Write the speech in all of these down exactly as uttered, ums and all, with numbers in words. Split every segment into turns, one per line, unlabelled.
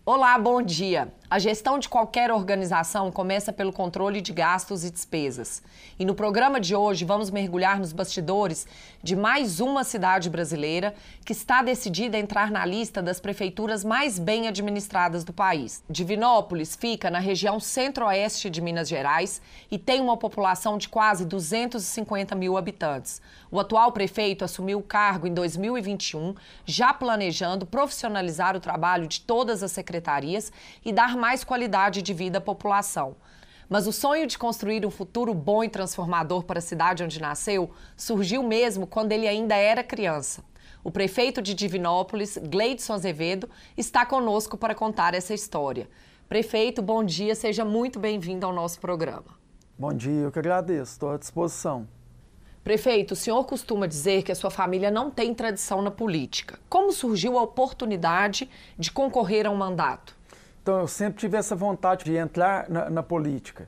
Olá, bom dia. A gestão de qualquer organização começa pelo controle de gastos e despesas. E no programa de hoje vamos mergulhar nos bastidores de mais uma cidade brasileira que está decidida a entrar na lista das prefeituras mais bem administradas do país. Divinópolis fica na região centro-oeste de Minas Gerais e tem uma população de quase duzentos e cinquenta mil habitantes. O atual prefeito assumiu o cargo em dois mil e vinte e um, já planejando profissionalizar o trabalho de todas as secretarias e dar mais qualidade de vida à população. Mas o sonho de construir um futuro bom e transformador para a cidade onde nasceu surgiu mesmo quando ele ainda era criança. O prefeito de Divinópolis, Gleidson Azevedo, está conosco para contar essa história. Prefeito, bom dia, seja muito bem-vindo ao nosso programa.
Bom dia, eu que agradeço, estou à disposição.
Prefeito, o senhor costuma dizer que a sua família não tem tradição na política. Como surgiu a oportunidade de concorrer a um mandato?
Então, eu sempre tive essa vontade de entrar na, na política.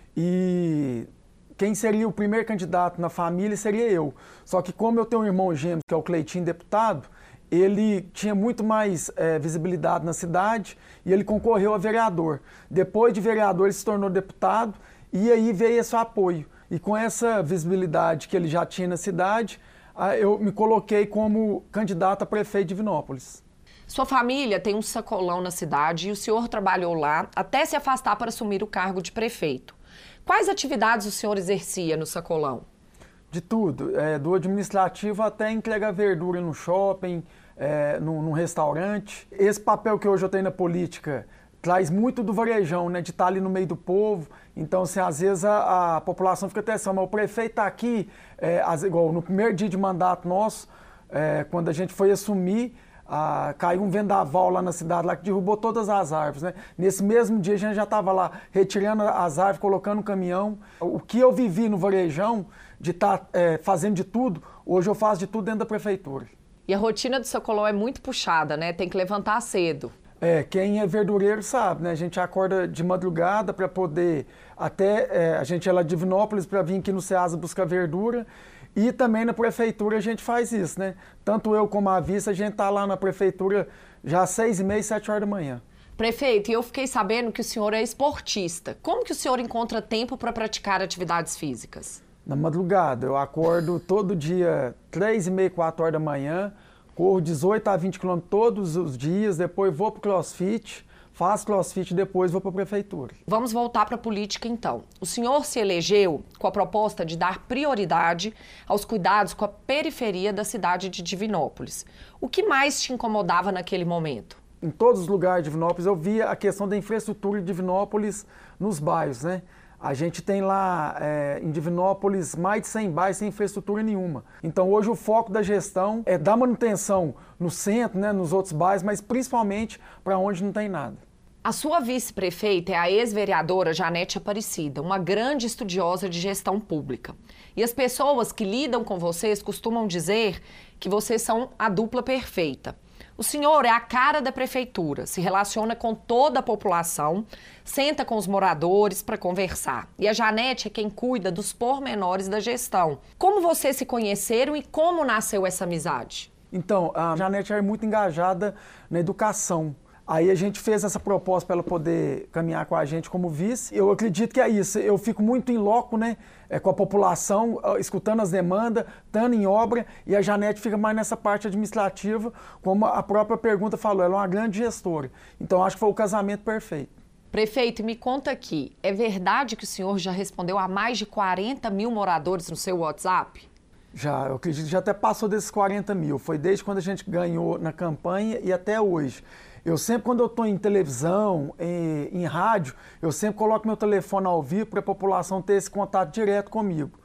E quem seria o primeiro candidato na família seria eu. Só que como eu tenho um irmão gêmeo, que é o Cleitinho, deputado, ele tinha muito mais é, visibilidade na cidade e ele concorreu a vereador. Depois de vereador, ele se tornou deputado e aí veio esse apoio. E com essa visibilidade que ele já tinha na cidade, eu me coloquei como candidato a prefeito de Divinópolis.
Sua família tem um sacolão na cidade e o senhor trabalhou lá até se afastar para assumir o cargo de prefeito. Quais atividades o senhor exercia no sacolão?
De tudo, é, do administrativo até entregar verdura no shopping, é, num, num restaurante. Esse papel que hoje eu tenho na política traz muito do varejão, né, de estar ali no meio do povo. Então, assim, às vezes a, a população fica até assim, mas o prefeito está aqui, é, as, igual no primeiro dia de mandato nosso, é, quando a gente foi assumir, Ah, caiu um vendaval lá na cidade, lá que derrubou todas as árvores, né? Nesse mesmo dia a gente já estava lá retirando as árvores, colocando no caminhão. O que eu vivi no varejão, de estar tá, é, fazendo de tudo, hoje eu faço de tudo dentro da prefeitura.
E a rotina do sacolão é muito puxada, né? Tem que levantar cedo.
É, quem é verdureiro sabe, né? A gente acorda de madrugada para poder, até é, a gente é lá de Divinópolis para vir aqui no Ceasa buscar verdura. E também na prefeitura a gente faz isso, né? Tanto eu como a vice, a gente tá lá na prefeitura já às seis e meia, sete horas da manhã.
Prefeito, e eu fiquei sabendo que o senhor é esportista. Como que o senhor encontra tempo para praticar atividades físicas?
Na madrugada, eu acordo todo dia três e meia, quatro horas da manhã, corro dezoito a vinte quilômetros todos os dias, depois vou pro CrossFit, faço CrossFit e depois vou para a prefeitura.
Vamos voltar para a política, então. O senhor se elegeu com a proposta de dar prioridade aos cuidados com a periferia da cidade de Divinópolis. O que mais te incomodava naquele momento?
Em todos os lugares de Divinópolis eu via a questão da infraestrutura de Divinópolis nos bairros, né? A gente tem lá é, em Divinópolis mais de cem bairros sem infraestrutura nenhuma. Então hoje o foco da gestão é dar manutenção no centro, né, nos outros bairros, mas principalmente para onde não tem nada.
A sua vice-prefeita é a ex-vereadora Janete Aparecida, uma grande estudiosa de gestão pública. E as pessoas que lidam com vocês costumam dizer que vocês são a dupla perfeita. O senhor é a cara da prefeitura, se relaciona com toda a população, senta com os moradores para conversar. E a Janete é quem cuida dos pormenores da gestão. Como vocês se conheceram e como nasceu essa amizade?
Então, a Janete é muito engajada na educação. Aí a gente fez essa proposta para ela poder caminhar com a gente como vice. Eu acredito que é isso. Eu fico muito em loco, né, é, com a população, escutando as demandas, estando em obra, e a Janete fica mais nessa parte administrativa, como a própria pergunta falou, ela é uma grande gestora. Então acho que foi o casamento perfeito.
Prefeito, me conta aqui, é verdade que o senhor já respondeu a mais de quarenta mil moradores no seu WhatsApp?
Já, eu acredito que já até passou desses quarenta mil. Foi desde quando a gente ganhou na campanha e até hoje. Eu sempre, quando eu estou em televisão, em, em rádio, eu sempre coloco meu telefone ao vivo para a população ter esse contato direto comigo.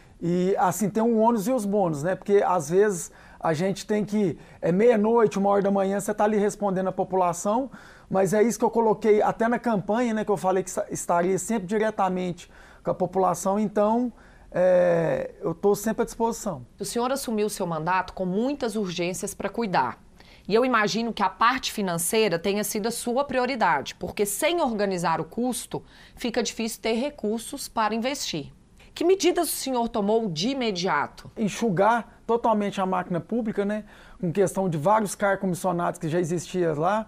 E assim, tem um ônus e os bônus, né? Porque às vezes a gente tem que, é meia-noite, uma hora da manhã, você está ali respondendo a população, mas é isso que eu coloquei até na campanha, né? Que eu falei que estaria sempre diretamente com a população, então é, eu estou sempre à disposição.
O senhor assumiu o seu mandato com muitas urgências para cuidar. E eu imagino que a parte financeira tenha sido a sua prioridade, porque sem organizar o custo, fica difícil ter recursos para investir. Que medidas o senhor tomou de imediato?
Enxugar totalmente a máquina pública, né? Com questão de vários cargos comissionados que já existiam lá.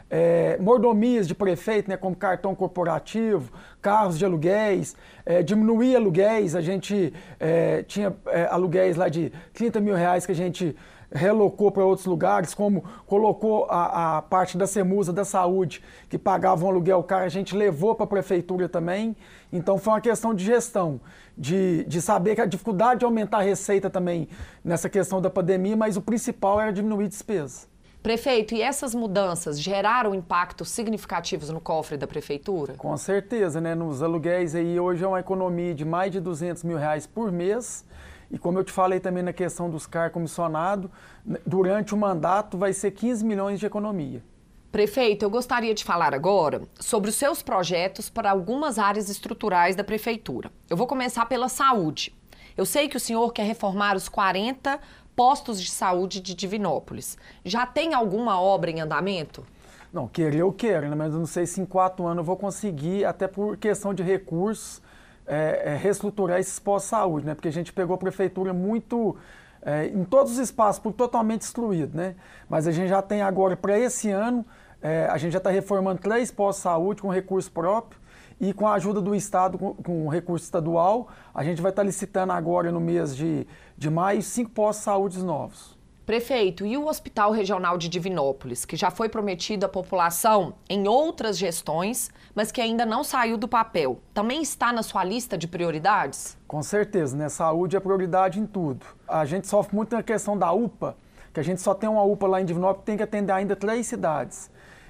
é, mordomias de prefeito, né, como cartão corporativo, carros de aluguéis, é, diminuir aluguéis, a gente é, tinha é, aluguéis lá de trinta mil reais que a gente relocou para outros lugares, como colocou a, a parte da CEMUSA, da saúde, que pagava um aluguel caro, a gente levou para a prefeitura também. Então foi uma questão de gestão, de, de saber que a dificuldade de aumentar a receita também nessa questão da pandemia, mas o principal era diminuir despesa.
Prefeito, e essas mudanças geraram impactos significativos no cofre da prefeitura?
Com certeza, né? Nos aluguéis aí hoje é uma economia de mais de duzentos mil reais por mês. E como eu te falei também na questão dos cargos comissionados, durante o mandato vai ser quinze milhões de economia.
Prefeito, eu gostaria de falar agora sobre os seus projetos para algumas áreas estruturais da prefeitura. Eu vou começar pela saúde. Eu sei que o senhor quer reformar os quarenta postos de saúde de Divinópolis. Já tem alguma obra em andamento?
Não, querer eu quero, né? Mas eu não sei se em quatro anos eu vou conseguir, até por questão de recursos, é, é, reestruturar esses postos de saúde, né? Porque a gente pegou a prefeitura muito, é, em todos os espaços, por totalmente excluído, né? Mas a gente já tem agora, para esse ano, é, a gente já está reformando três postos de saúde com recurso próprio e com a ajuda do Estado, com, com recurso estadual, a gente vai estar tá licitando agora no mês de, de maio cinco postos de saúde novos.
Prefeito, e o Hospital Regional de Divinópolis, que já foi prometido à população em outras gestões, mas que ainda não saiu do papel, também está na sua lista de prioridades?
Com certeza, né? Saúde é prioridade em tudo. A gente sofre muito na questão da U P A, que a gente só tem uma U P A lá em Divinópolis que tem que atender ainda três cidades.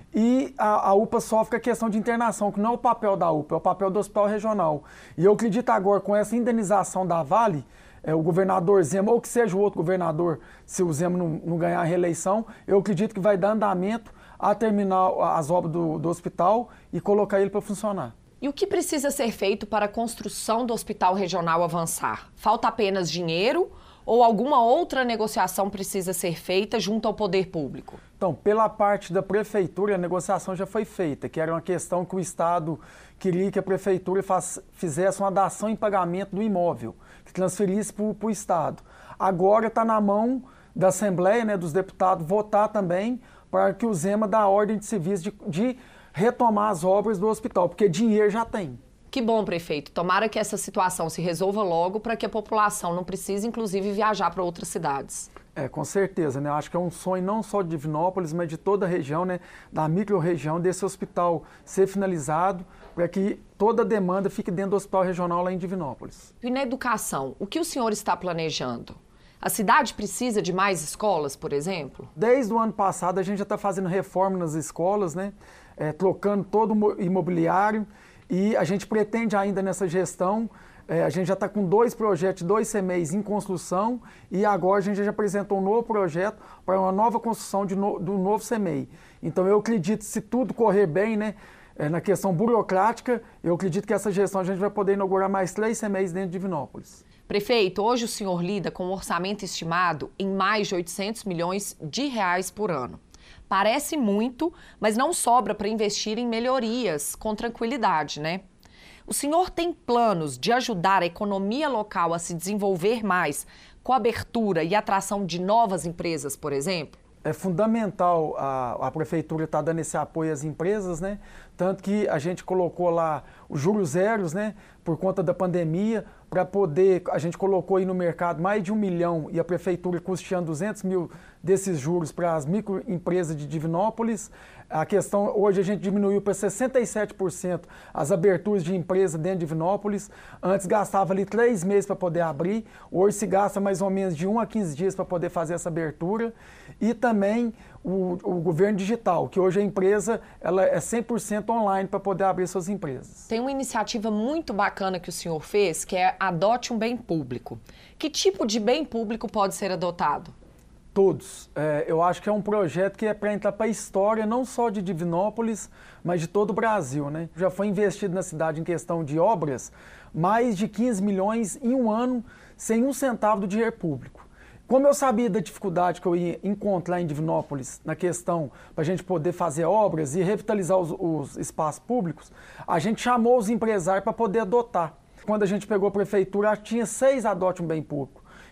E a, a U P A sofre a questão de internação, que não é o papel da U P A, é o papel do Hospital Regional. E eu acredito agora, com essa indenização da Vale, é, o governador Zema, ou que seja o outro governador, se o Zema não, não ganhar a reeleição, eu acredito que vai dar andamento a terminar as obras do, do hospital e colocar ele para funcionar.
E o que precisa ser feito para a construção do Hospital Regional avançar? Falta apenas dinheiro ou alguma outra negociação precisa ser feita junto ao poder público?
Então, pela parte da prefeitura, a negociação já foi feita, que era uma questão que o Estado queria que a prefeitura faz, fizesse uma dação em pagamento do imóvel, que transferisse para o Estado. Agora está na mão da Assembleia, né, dos deputados, votar também para que o Zema dê a ordem de serviço de, de retomar as obras do hospital, porque dinheiro já tem.
Que bom, prefeito. Tomara que essa situação se resolva logo para que a população não precise, inclusive, viajar para outras cidades.
É, com certeza, né? Acho que é um sonho não só de Divinópolis, mas de toda a região, né? Da micro-região, desse hospital ser finalizado, para que toda a demanda fique dentro do hospital regional lá em Divinópolis.
E na educação, o que o senhor está planejando? A cidade precisa de mais escolas, por exemplo?
Desde o ano passado, a gente já está fazendo reforma nas escolas, né? É, trocando todo o imobiliário. E a gente pretende ainda nessa gestão, é, a gente já está com dois projetos, dois C M Es em construção e agora a gente já apresentou um novo projeto para uma nova construção de no, do novo C M E. Então eu acredito que se tudo correr bem, né, é, na questão burocrática, eu acredito que essa gestão a gente vai poder inaugurar mais três C M Es dentro de Divinópolis.
Prefeito, hoje o senhor lida com um orçamento estimado em mais de oitocentos milhões de reais por ano. Parece muito, mas não sobra para investir em melhorias com tranquilidade, né? O senhor tem planos de ajudar a economia local a se desenvolver mais com a abertura e atração de novas empresas, por exemplo?
É fundamental a, a prefeitura estar tá dando esse apoio às empresas, né? Tanto que a gente colocou lá os juros zeros, né? Por conta da pandemia, para poder, a gente colocou aí no mercado mais de um milhão e a prefeitura custeando duzentos mil desses juros para as microempresas de Divinópolis. A questão, hoje a gente diminuiu para sessenta e sete por cento as aberturas de empresa dentro de Divinópolis. Antes gastava ali três meses para poder abrir, hoje se gasta mais ou menos de um a quinze dias para poder fazer essa abertura. E também o, o governo digital, que hoje a empresa ela é cem por cento online para poder abrir suas empresas.
Tem uma iniciativa muito bacana que o senhor fez, que é Adote um Bem Público. Que tipo de bem público pode ser adotado?
Todos. É, eu acho que é um projeto que é para entrar para a história, não só de Divinópolis, mas de todo o Brasil, né? Já foi investido na cidade em questão de obras, mais de quinze milhões em um ano, sem um centavo do dinheiro público. Como eu sabia da dificuldade que eu ia encontrar em Divinópolis na questão para a gente poder fazer obras e revitalizar os, os espaços públicos, a gente chamou os empresários para poder adotar. Quando a gente pegou a prefeitura, tinha seis Adote um Bem Público.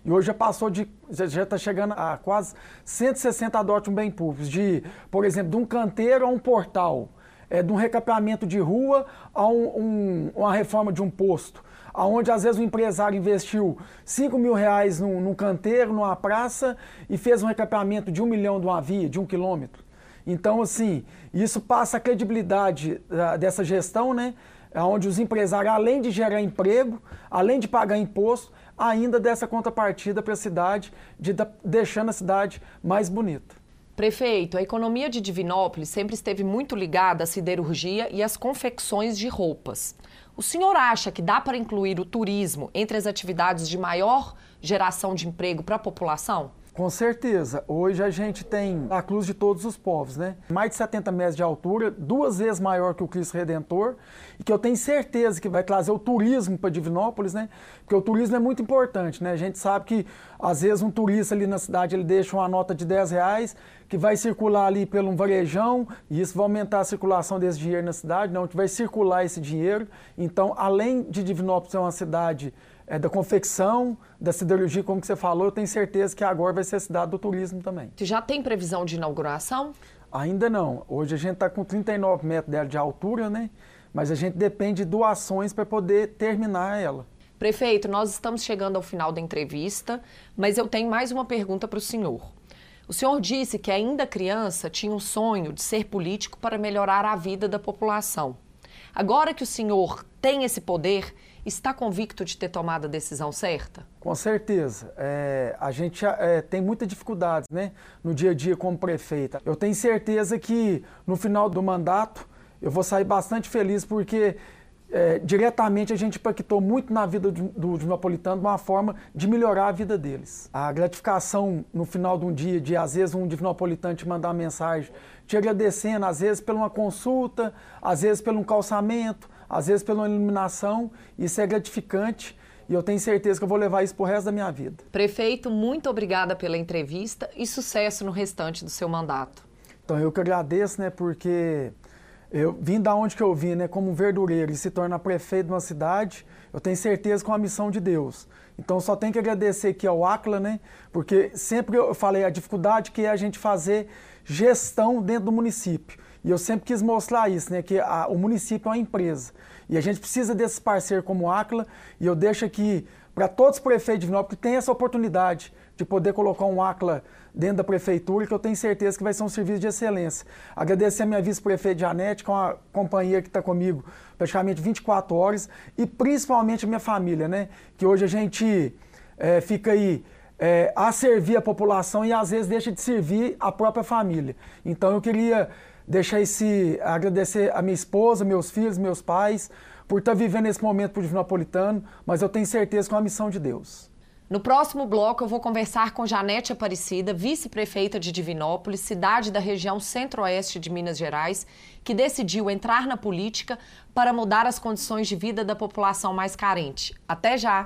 E hoje já passou de, já está chegando a quase cento e sessenta adote um bem público, de, por exemplo, de um canteiro a um portal, é, de um recapeamento de rua a um, um, uma reforma de um posto, onde às vezes o empresário investiu cinco mil reais num, num canteiro, numa praça, e fez um recapeamento de um milhão de uma via, de um quilômetro. Então, assim, isso passa a credibilidade uh, dessa gestão, né? Onde os empresários, além de gerar emprego, além de pagar imposto, ainda dessa contrapartida para a cidade, de, de, deixando a cidade mais bonita.
Prefeito, a economia de Divinópolis sempre esteve muito ligada à siderurgia e às confecções de roupas. O senhor acha que dá para incluir o turismo entre as atividades de maior geração de emprego para a população?
Com certeza. Hoje a gente tem a Cruz de Todos os Povos, né? Mais de setenta metros de altura, duas vezes maior que o Cristo Redentor, e que eu tenho certeza que vai trazer o turismo para Divinópolis, né? Porque o turismo é muito importante, né? A gente sabe que, às vezes, um turista ali na cidade, ele deixa uma nota de dez reais, que vai circular ali pelo um varejão, e isso vai aumentar a circulação desse dinheiro na cidade, não, que vai circular esse dinheiro. Então, além de Divinópolis ser uma cidade é, da confecção, da siderurgia, como que você falou, eu tenho certeza que agora vai ser a cidade do turismo também.
Você já tem previsão de inauguração?
Ainda não. Hoje a gente está com trinta e nove metros dela de altura, né? Mas a gente depende de doações para poder terminar ela.
Prefeito, nós estamos chegando ao final da entrevista, mas eu tenho mais uma pergunta para o senhor. O senhor disse que ainda criança tinha um sonho de ser político para melhorar a vida da população. Agora que o senhor tem esse poder, está convicto de ter tomado a decisão certa?
Com certeza. É, a gente é, tem muitas dificuldades, né, no dia a dia como prefeita. Eu tenho certeza que no final do mandato eu vou sair bastante feliz porque é, diretamente a gente impactou muito na vida do, do divinopolitano de uma forma de melhorar a vida deles. A gratificação no final de um dia, de às vezes um divinopolitano te mandar uma mensagem te agradecendo, às vezes por uma consulta, às vezes por um calçamento, às vezes pela iluminação, isso é gratificante e eu tenho certeza que eu vou levar isso pro resto da minha vida.
Prefeito, muito obrigada pela entrevista e sucesso no restante do seu mandato.
Então eu que agradeço, né, porque eu vim da onde que eu vim, né, como verdureiro e se tornar prefeito de uma cidade, eu tenho certeza que é uma missão de Deus. Então só tenho que agradecer aqui ao Acla, né, porque sempre eu falei a dificuldade que é a gente fazer gestão dentro do município. E eu sempre quis mostrar isso, né, que a, o município é uma empresa. E a gente precisa desses parceiros como o Acla, e eu deixo aqui para todos os prefeitos de Divinópolis que têm essa oportunidade de poder colocar um Acla dentro da prefeitura, que eu tenho certeza que vai ser um serviço de excelência. Agradecer a minha vice-prefeita Janete, que é uma companheira que está comigo praticamente vinte e quatro horas, e principalmente a minha família, né, que hoje a gente é, fica aí é, a servir a população e às vezes deixa de servir a própria família. Então eu queria deixar esse, agradecer a minha esposa, meus filhos, meus pais, por estar vivendo esse momento para o divinopolitano, mas eu tenho certeza que é uma missão de Deus.
No próximo bloco eu vou conversar com Janete Aparecida, vice-prefeita de Divinópolis, cidade da região centro-oeste de Minas Gerais, que decidiu entrar na política para mudar as condições de vida da população mais carente. Até já!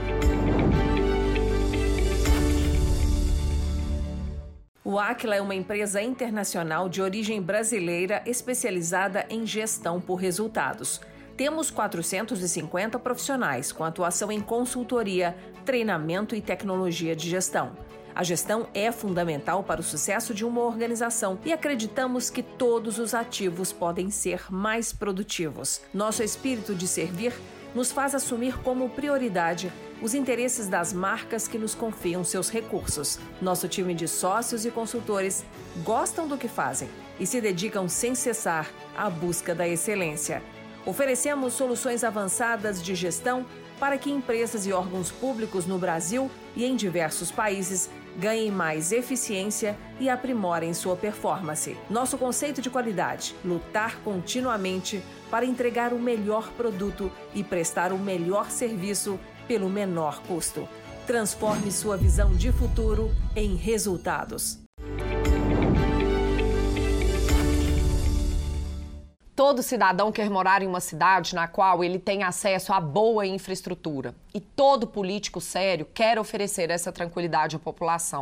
O Acla é uma empresa internacional de origem brasileira especializada em gestão por resultados. Temos quatrocentos e cinquenta profissionais com atuação em consultoria, treinamento e tecnologia de gestão. A gestão é fundamental para o sucesso de uma organização e acreditamos que todos os ativos podem ser mais produtivos. Nosso espírito de servir nos faz assumir como prioridade os interesses das marcas que nos confiam seus recursos. Nosso time de sócios e consultores gostam do que fazem e se dedicam sem cessar à busca da excelência. Oferecemos soluções avançadas de gestão para que empresas e órgãos públicos no Brasil e em diversos países ganhem mais eficiência e aprimorem sua performance. Nosso conceito de qualidade: lutar continuamente para entregar o melhor produto e prestar o melhor serviço pelo menor custo. Transforme sua visão de futuro em resultados. Todo cidadão quer morar em uma cidade na qual ele tem acesso a boa infraestrutura. E todo político sério quer oferecer essa tranquilidade à população.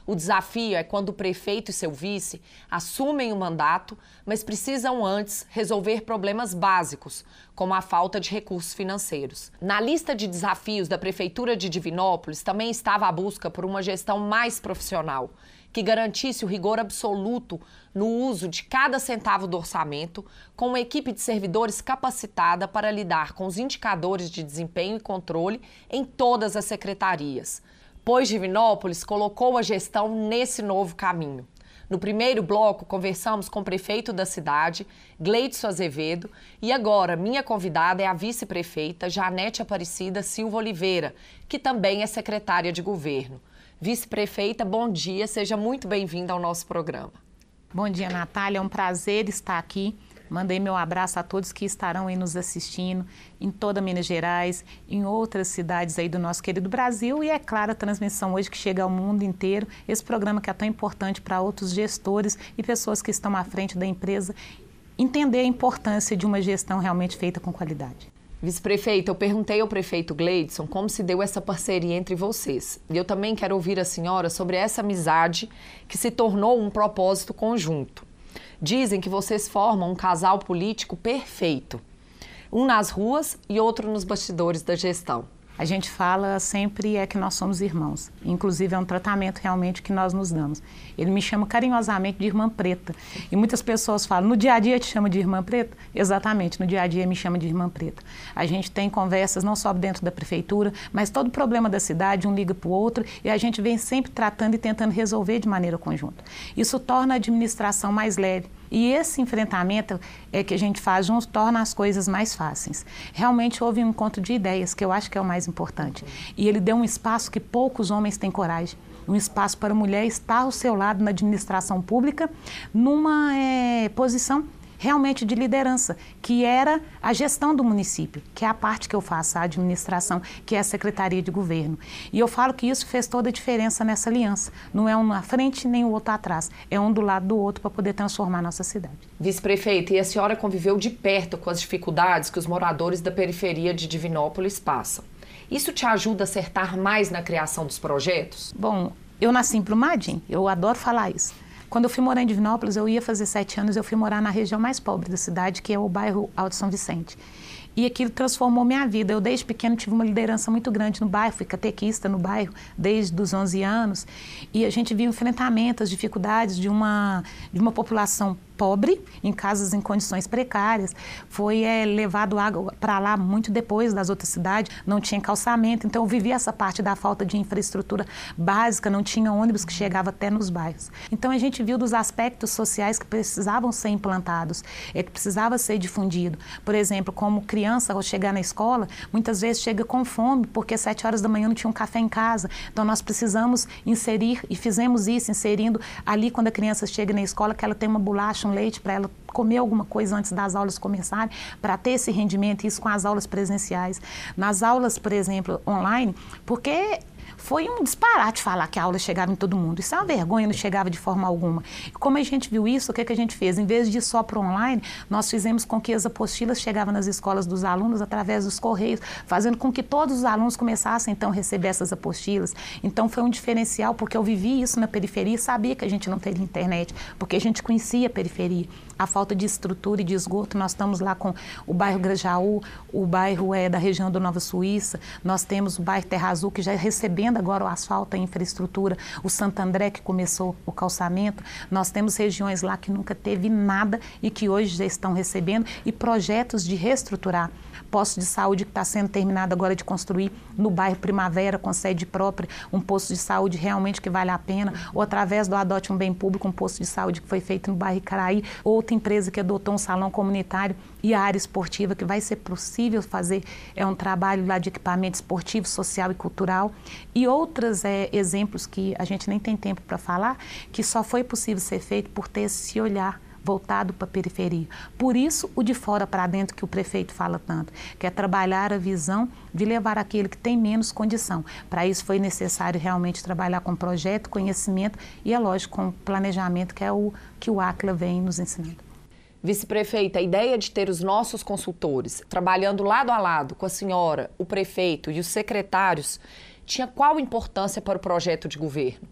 O desafio é quando o prefeito e seu vice assumem o mandato, mas precisam antes resolver problemas básicos, como a falta de recursos financeiros. Na lista de desafios da Prefeitura de Divinópolis também estava a busca por uma gestão mais profissional, que garantisse o rigor absoluto no uso de cada centavo do orçamento, com uma equipe de servidores capacitada para lidar com os indicadores de desempenho e controle em todas as secretarias. Pois Divinópolis colocou a gestão nesse novo caminho. No primeiro bloco, conversamos com o prefeito da cidade, Gleidson Azevedo, e agora minha convidada é a vice-prefeita Janete Aparecida Silva Oliveira, que também é secretária de governo. Vice-prefeita, bom dia, seja muito bem-vinda ao nosso programa.
Bom dia, Natália, é um prazer estar aqui. Mandei meu abraço a todos que estarão aí nos assistindo, em toda Minas Gerais, em outras cidades aí do nosso querido Brasil e, é claro, a transmissão hoje que chega ao mundo inteiro, esse programa que é tão importante para outros gestores e pessoas que estão à frente da empresa, entender a importância de uma gestão realmente feita com qualidade.
Vice-prefeita, eu perguntei ao prefeito Gleidson como se deu essa parceria entre vocês. E eu também quero ouvir a senhora sobre essa amizade que se tornou um propósito conjunto. Dizem que vocês formam um casal político perfeito, um nas ruas e outro nos bastidores da gestão.
A gente fala sempre é que nós somos irmãos, inclusive é um tratamento realmente que nós nos damos. Ele me chama carinhosamente de irmã preta e muitas pessoas falam, no dia a dia te chama de irmã preta? Exatamente, no dia a dia me chama de irmã preta. A gente tem conversas não só dentro da prefeitura, mas todo problema da cidade, um liga para o outro e a gente vem sempre tratando e tentando resolver de maneira conjunta. Isso torna a administração mais leve. E esse enfrentamento é que a gente faz juntos torna as coisas mais fáceis. Realmente houve um encontro de ideias, que eu acho que é o mais importante. E ele deu um espaço que poucos homens têm coragem. Um espaço para a mulher estar ao seu lado na administração pública, numa é, posição realmente de liderança, que era a gestão do município, que é a parte que eu faço, a administração, que é a Secretaria de Governo. E eu falo que isso fez toda a diferença nessa aliança. Não é um na frente nem o outro atrás, é um do lado do outro para poder transformar a nossa cidade.
Vice-prefeita, e a senhora conviveu de perto com as dificuldades que os moradores da periferia de Divinópolis passam. Isso te ajuda a acertar mais na criação dos projetos?
Bom, eu nasci em Brumadinho, eu adoro falar isso. Quando eu fui morar em Divinópolis, eu ia fazer sete anos, eu fui morar na região mais pobre da cidade, que é o bairro Alto São Vicente. E aquilo transformou minha vida. Eu, desde pequeno, tive uma liderança muito grande no bairro, fui catequista no bairro desde os onze anos. E a gente viu enfrentamento, as dificuldades de uma, de uma população pobre, em casas em condições precárias. Foi é, levado água para lá muito depois das outras cidades, não tinha calçamento. Então, eu vivi essa parte da falta de infraestrutura básica, não tinha ônibus que chegava até nos bairros. Então, a gente viu dos aspectos sociais que precisavam ser implantados, é, que precisava ser difundido. Por exemplo, como criança, ao chegar na escola, muitas vezes chega com fome, porque às sete horas da manhã não tinha um café em casa. Então, nós precisamos inserir, e fizemos isso, inserindo ali, quando a criança chega na escola, que ela tem uma bolacha, um leite para ela comer alguma coisa antes das aulas começarem, para ter esse rendimento, isso com as aulas presenciais. Nas aulas, por exemplo, online, porque foi um disparate falar que a aula chegava em todo mundo. Isso é uma vergonha, não chegava de forma alguma. Como a gente viu isso, o que, que a gente fez? Em vez de ir só para o online, nós fizemos com que as apostilas chegavam nas escolas dos alunos através dos correios, fazendo com que todos os alunos começassem, então, a receber essas apostilas. Então, foi um diferencial, porque eu vivi isso na periferia e sabia que a gente não teria internet, porque a gente conhecia a periferia. A falta de estrutura e de esgoto, nós estamos lá com o bairro Grajaú, o bairro é, da região do Nova Suíça, nós temos o bairro Terra Azul, que já é recebendo agora o asfalto, a infraestrutura, o Santo André, que começou o calçamento, nós temos regiões lá que nunca teve nada e que hoje já estão recebendo, e projetos de reestruturar. Posto de saúde que está sendo terminado agora de construir no bairro Primavera, com sede própria, um posto de saúde realmente que vale a pena, ou através do Adote um Bem Público, um posto de saúde que foi feito no bairro Icaraí, outra empresa que adotou um salão comunitário e a área esportiva, que vai ser possível fazer é um trabalho lá de equipamento esportivo, social e cultural, e outros é, exemplos que a gente nem tem tempo para falar, que só foi possível ser feito por ter esse olhar voltado para a periferia. Por isso, o de fora para dentro que o prefeito fala tanto, que é trabalhar a visão de levar aquele que tem menos condição. Para isso foi necessário realmente trabalhar com projeto, conhecimento e, é lógico, com planejamento, que é o que o Aquila vem nos ensinando.
Vice-prefeita, a ideia de ter os nossos consultores trabalhando lado a lado com a senhora, o prefeito e os secretários, tinha qual importância para o projeto de governo?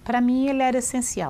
Para mim, ele era essencial.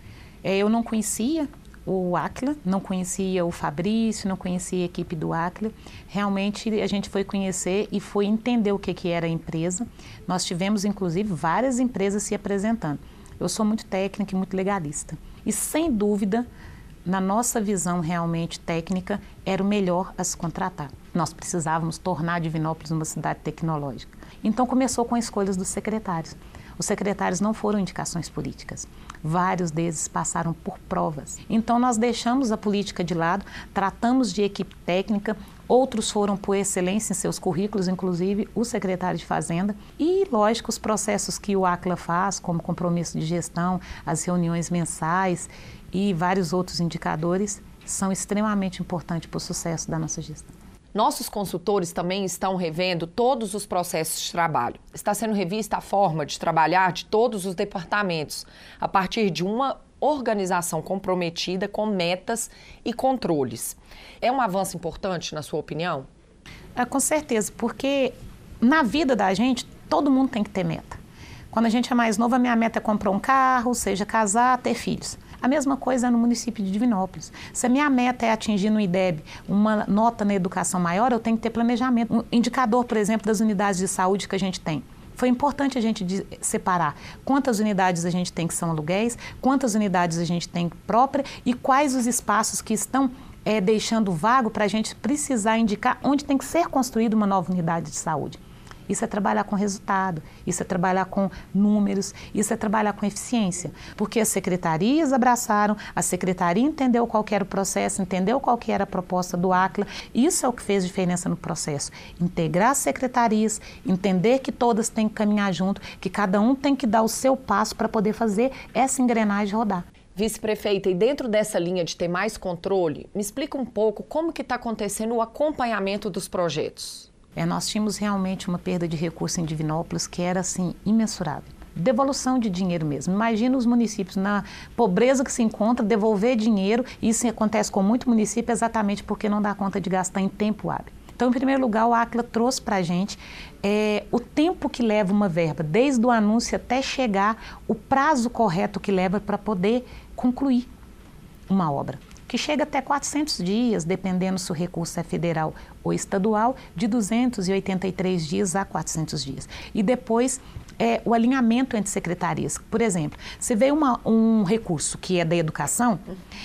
É, eu não conhecia o Aquila, não conhecia o Fabrício, não conhecia a equipe do Aquila. Realmente a gente foi conhecer e foi entender o que, que era a empresa. Nós tivemos inclusive várias empresas se apresentando. Eu sou muito técnica e muito legalista. E sem dúvida, na nossa visão realmente técnica, era o melhor a se contratar. Nós precisávamos tornar Divinópolis uma cidade tecnológica. Então começou com escolhas dos secretários. Os secretários não foram indicações políticas. Vários deles passaram por provas. Então nós deixamos a política de lado, tratamos de equipe técnica, outros foram por excelência em seus currículos, inclusive o secretário de Fazenda. E, lógico, os processos que o Aquila faz, como compromisso de gestão, as reuniões mensais e vários outros indicadores, são extremamente importantes para o sucesso da nossa gestão.
Nossos consultores também estão revendo todos os processos de trabalho. Está sendo revista a forma de trabalhar de todos os departamentos, a partir de uma organização comprometida com metas e controles. É um avanço importante, na sua opinião?
É, com certeza, porque na vida da gente, todo mundo tem que ter meta. Quando a gente é mais novo, a minha meta é comprar um carro, seja casar, ter filhos. A mesma coisa no município de Divinópolis. Se a minha meta é atingir no I D E B uma nota na educação maior, eu tenho que ter planejamento. Um indicador, por exemplo, das unidades de saúde que a gente tem. Foi importante a gente separar quantas unidades a gente tem que são aluguéis, quantas unidades a gente tem própria e quais os espaços que estão é, deixando vago para a gente precisar indicar onde tem que ser construída uma nova unidade de saúde. Isso é trabalhar com resultado, isso é trabalhar com números, isso é trabalhar com eficiência. Porque as secretarias abraçaram, a secretaria entendeu qual que era o processo, entendeu qual que era a proposta do Aquila. Isso é o que fez diferença no processo. Integrar as secretarias, entender que todas têm que caminhar junto, que cada um tem que dar o seu passo para poder fazer essa engrenagem rodar.
Vice-prefeita, e dentro dessa linha de ter mais controle, me explica um pouco como que está acontecendo o acompanhamento dos projetos.
É, nós tínhamos realmente uma perda de recurso em Divinópolis que era, assim, imensurável. Devolução de dinheiro mesmo. Imagina os municípios na pobreza que se encontra, devolver dinheiro, e isso acontece com muito município exatamente porque não dá conta de gastar em tempo hábil. Então, em primeiro lugar, o Aquila trouxe para a gente é, o tempo que leva uma verba, desde o anúncio até chegar, o prazo correto que leva para poder concluir uma obra, que chega até quatrocentos dias, dependendo se o recurso é federal ou estadual, de duzentos e oitenta e três dias a quatrocentos dias. E depois, é, o alinhamento entre secretarias. Por exemplo, se veio uma, um recurso que é da educação,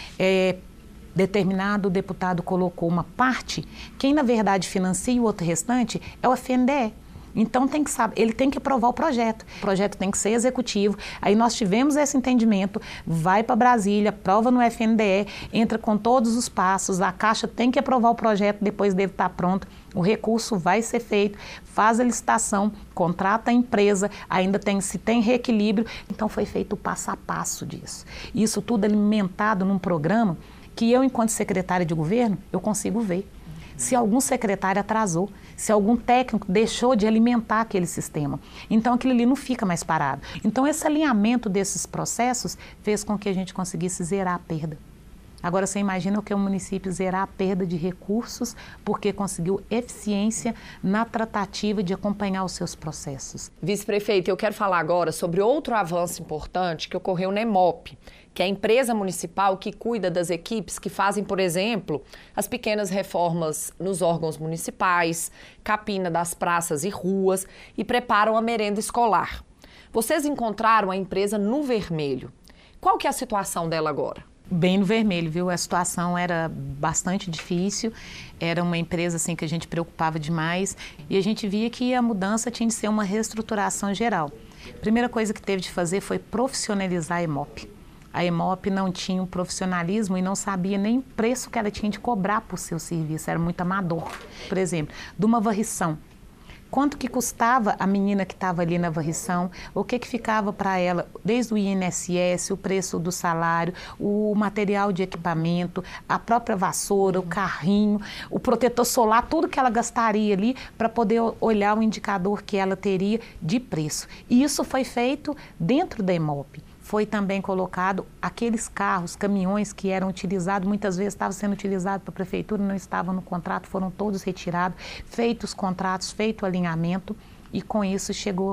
é, determinado deputado colocou uma parte, quem na verdade financia o outro restante é o F N D E. Então tem que saber, ele tem que aprovar o projeto. O projeto tem que ser executivo. Aí nós tivemos esse entendimento, vai para Brasília, prova no F N D E, entra com todos os passos, a Caixa tem que aprovar o projeto depois dele estar pronto, o recurso vai ser feito, faz a licitação, contrata a empresa, ainda tem, se tem reequilíbrio. Então foi feito o passo a passo disso. Isso tudo alimentado num programa que eu, enquanto secretária de governo, eu consigo ver. Se algum secretário atrasou, se algum técnico deixou de alimentar aquele sistema. Então, aquilo ali não fica mais parado. Então, esse alinhamento desses processos fez com que a gente conseguisse zerar a perda. Agora, você imagina o que é um município zerar a perda de recursos porque conseguiu eficiência na tratativa de acompanhar os seus processos.
Vice-prefeita, eu quero falar agora sobre outro avanço importante que ocorreu na EMOP, que é a empresa municipal que cuida das equipes que fazem, por exemplo, as pequenas reformas nos órgãos municipais, capina das praças e ruas e preparam a merenda escolar. Vocês encontraram a empresa no vermelho. Qual que é a situação dela agora?
Bem no vermelho, viu? A situação era bastante difícil, era uma empresa assim que a gente preocupava demais e a gente via que a mudança tinha de ser uma reestruturação geral. A primeira coisa que teve de fazer foi profissionalizar a EMOP. A EMOP não tinha um profissionalismo e não sabia nem o preço que ela tinha de cobrar por seu serviço, era muito amador. Por exemplo, de uma varrição. Quanto que custava a menina que estava ali na varrição, o que que ficava para ela, desde o I N S S, o preço do salário, o material de equipamento, a própria vassoura, o carrinho, o protetor solar, tudo que ela gastaria ali para poder olhar o indicador que ela teria de preço. E isso foi feito dentro da EMOP. Foi também colocado aqueles carros, caminhões que eram utilizados, muitas vezes estavam sendo utilizados para a prefeitura, não estavam no contrato, foram todos retirados, feitos os contratos, feito o alinhamento e com isso chegou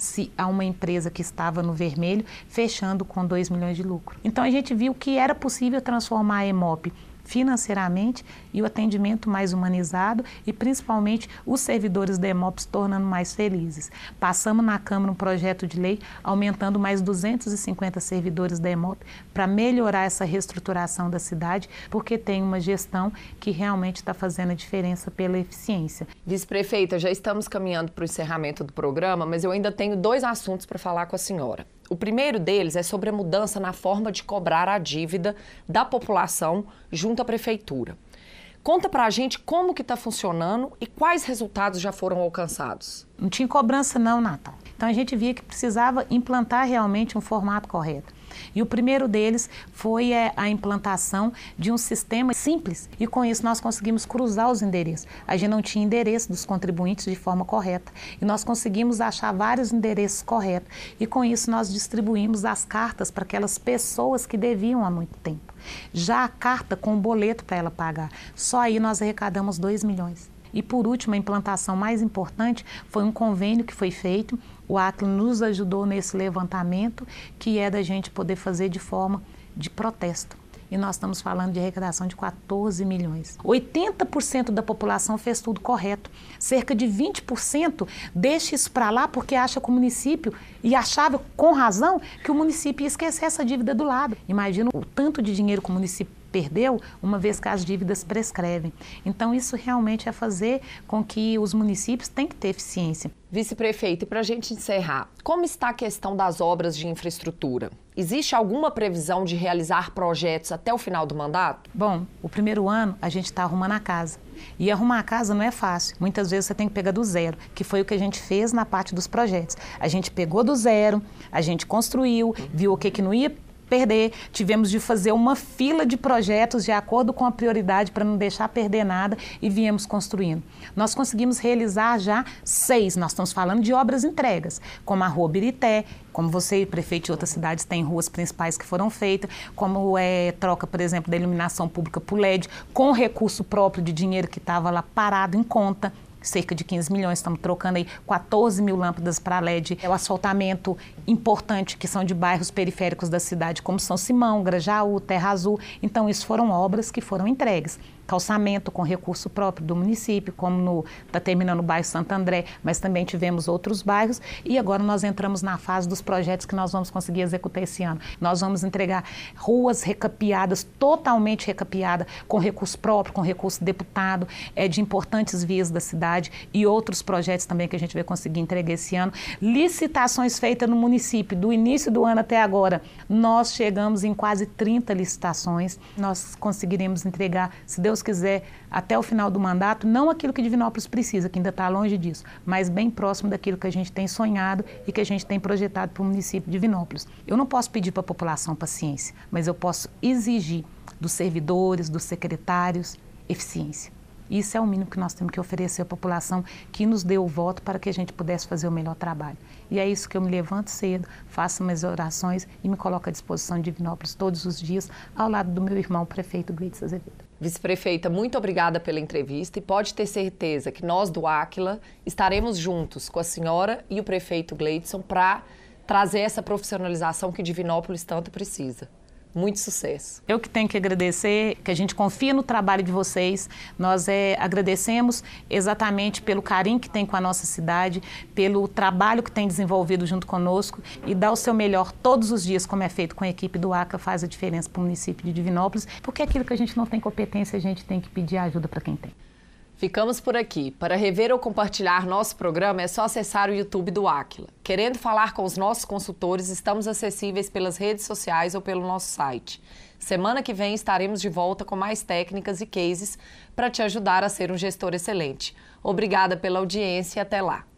se a uma empresa que estava no vermelho, fechando com dois milhões de lucro. Então a gente viu que era possível transformar a EMOP financeiramente e o atendimento mais humanizado e principalmente os servidores da EMOP se tornando mais felizes. Passamos na Câmara um projeto de lei aumentando mais duzentos e cinquenta servidores da EMOP para melhorar essa reestruturação da cidade, porque tem uma gestão que realmente está fazendo a diferença pela eficiência.
Vice-prefeita, já estamos caminhando para o encerramento do programa, mas eu ainda tenho dois assuntos para falar com a senhora. O primeiro deles é sobre a mudança na forma de cobrar a dívida da população junto à prefeitura. Conta pra gente como que está funcionando e quais resultados já foram alcançados.
Não tinha cobrança não, Natal. Então a gente via que precisava implantar realmente um formato correto. E o primeiro deles foi é, a implantação de um sistema simples e com isso nós conseguimos cruzar os endereços. A gente não tinha endereço dos contribuintes de forma correta e nós conseguimos achar vários endereços corretos e com isso nós distribuímos as cartas para aquelas pessoas que deviam há muito tempo. Já a carta com o boleto para ela pagar, só aí nós arrecadamos dois milhões. E por último, a implantação mais importante foi um convênio que foi feito. O Aquila nos ajudou nesse levantamento, que é da gente poder fazer de forma de protesto. E nós estamos falando de arrecadação de quatorze milhões. oitenta por cento da população fez tudo correto. Cerca de vinte por cento deixa isso para lá porque acha que o município, e achava com razão, que o município ia esquecer essa dívida do lado. Imagina o tanto de dinheiro que o município perdeu, uma vez que as dívidas prescrevem. Então, isso realmente é fazer com que os municípios tenham que ter eficiência.
Vice-prefeita, e para a gente encerrar, como está a questão das obras de infraestrutura? Existe alguma previsão de realizar projetos até o final do mandato?
Bom, o primeiro ano a gente está arrumando a casa. E arrumar a casa não é fácil. Muitas vezes você tem que pegar do zero, que foi o que a gente fez na parte dos projetos. A gente pegou do zero, a gente construiu, viu o que, que não ia perder, tivemos de fazer uma fila de projetos de acordo com a prioridade para não deixar perder nada e viemos construindo. Nós conseguimos realizar já seis, nós estamos falando de obras entregas, como a Rua Birité, como você, prefeito de outras cidades, tem ruas principais que foram feitas, como é troca, por exemplo, da iluminação pública por L E D, com recurso próprio de dinheiro que estava lá parado em conta, cerca de quinze milhões, estamos trocando aí quatorze mil lâmpadas para L E D. É o asfaltamento importante, que são de bairros periféricos da cidade, como São Simão, Grajaú, Terra Azul. Então, isso foram obras que foram entregues. Calçamento com recurso próprio do município, como está terminando o bairro Santo André, mas também tivemos outros bairros e agora nós entramos na fase dos projetos que nós vamos conseguir executar esse ano. Nós vamos entregar ruas recapeadas, totalmente recapeadas, com recurso próprio, com recurso deputado, é, de importantes vias da cidade e outros projetos também que a gente vai conseguir entregar esse ano. Licitações feitas no município, do início do ano até agora, nós chegamos em quase trinta licitações, nós conseguiremos entregar, se Deus quiser, até o final do mandato, não aquilo que Divinópolis precisa, que ainda está longe disso, mas bem próximo daquilo que a gente tem sonhado e que a gente tem projetado para o município de Divinópolis. Eu não posso pedir para a população paciência, mas eu posso exigir dos servidores, dos secretários, eficiência. Isso é o mínimo que nós temos que oferecer à população que nos deu o voto para que a gente pudesse fazer o melhor trabalho. E é isso que eu me levanto cedo, faço minhas orações e me coloco à disposição de Divinópolis todos os dias, ao lado do meu irmão, o prefeito Gleides Azevedo.
Vice-prefeita, muito obrigada pela entrevista e pode ter certeza que nós do Aquila estaremos juntos com a senhora e o prefeito Gleidson para trazer essa profissionalização que Divinópolis tanto precisa. Muito sucesso.
Eu que tenho que agradecer, que a gente confia no trabalho de vocês. Nós é, agradecemos exatamente pelo carinho que tem com a nossa cidade, pelo trabalho que tem desenvolvido junto conosco e dar o seu melhor todos os dias, como é feito com a equipe do Aquila, faz a diferença para o município de Divinópolis, porque aquilo que a gente não tem competência, a gente tem que pedir ajuda para quem tem.
Ficamos por aqui. Para rever ou compartilhar nosso programa é só acessar o YouTube do Aquila. Querendo falar com os nossos consultores, estamos acessíveis pelas redes sociais ou pelo nosso site. Semana que vem estaremos de volta com mais técnicas e cases para te ajudar a ser um gestor excelente. Obrigada pela audiência e até lá.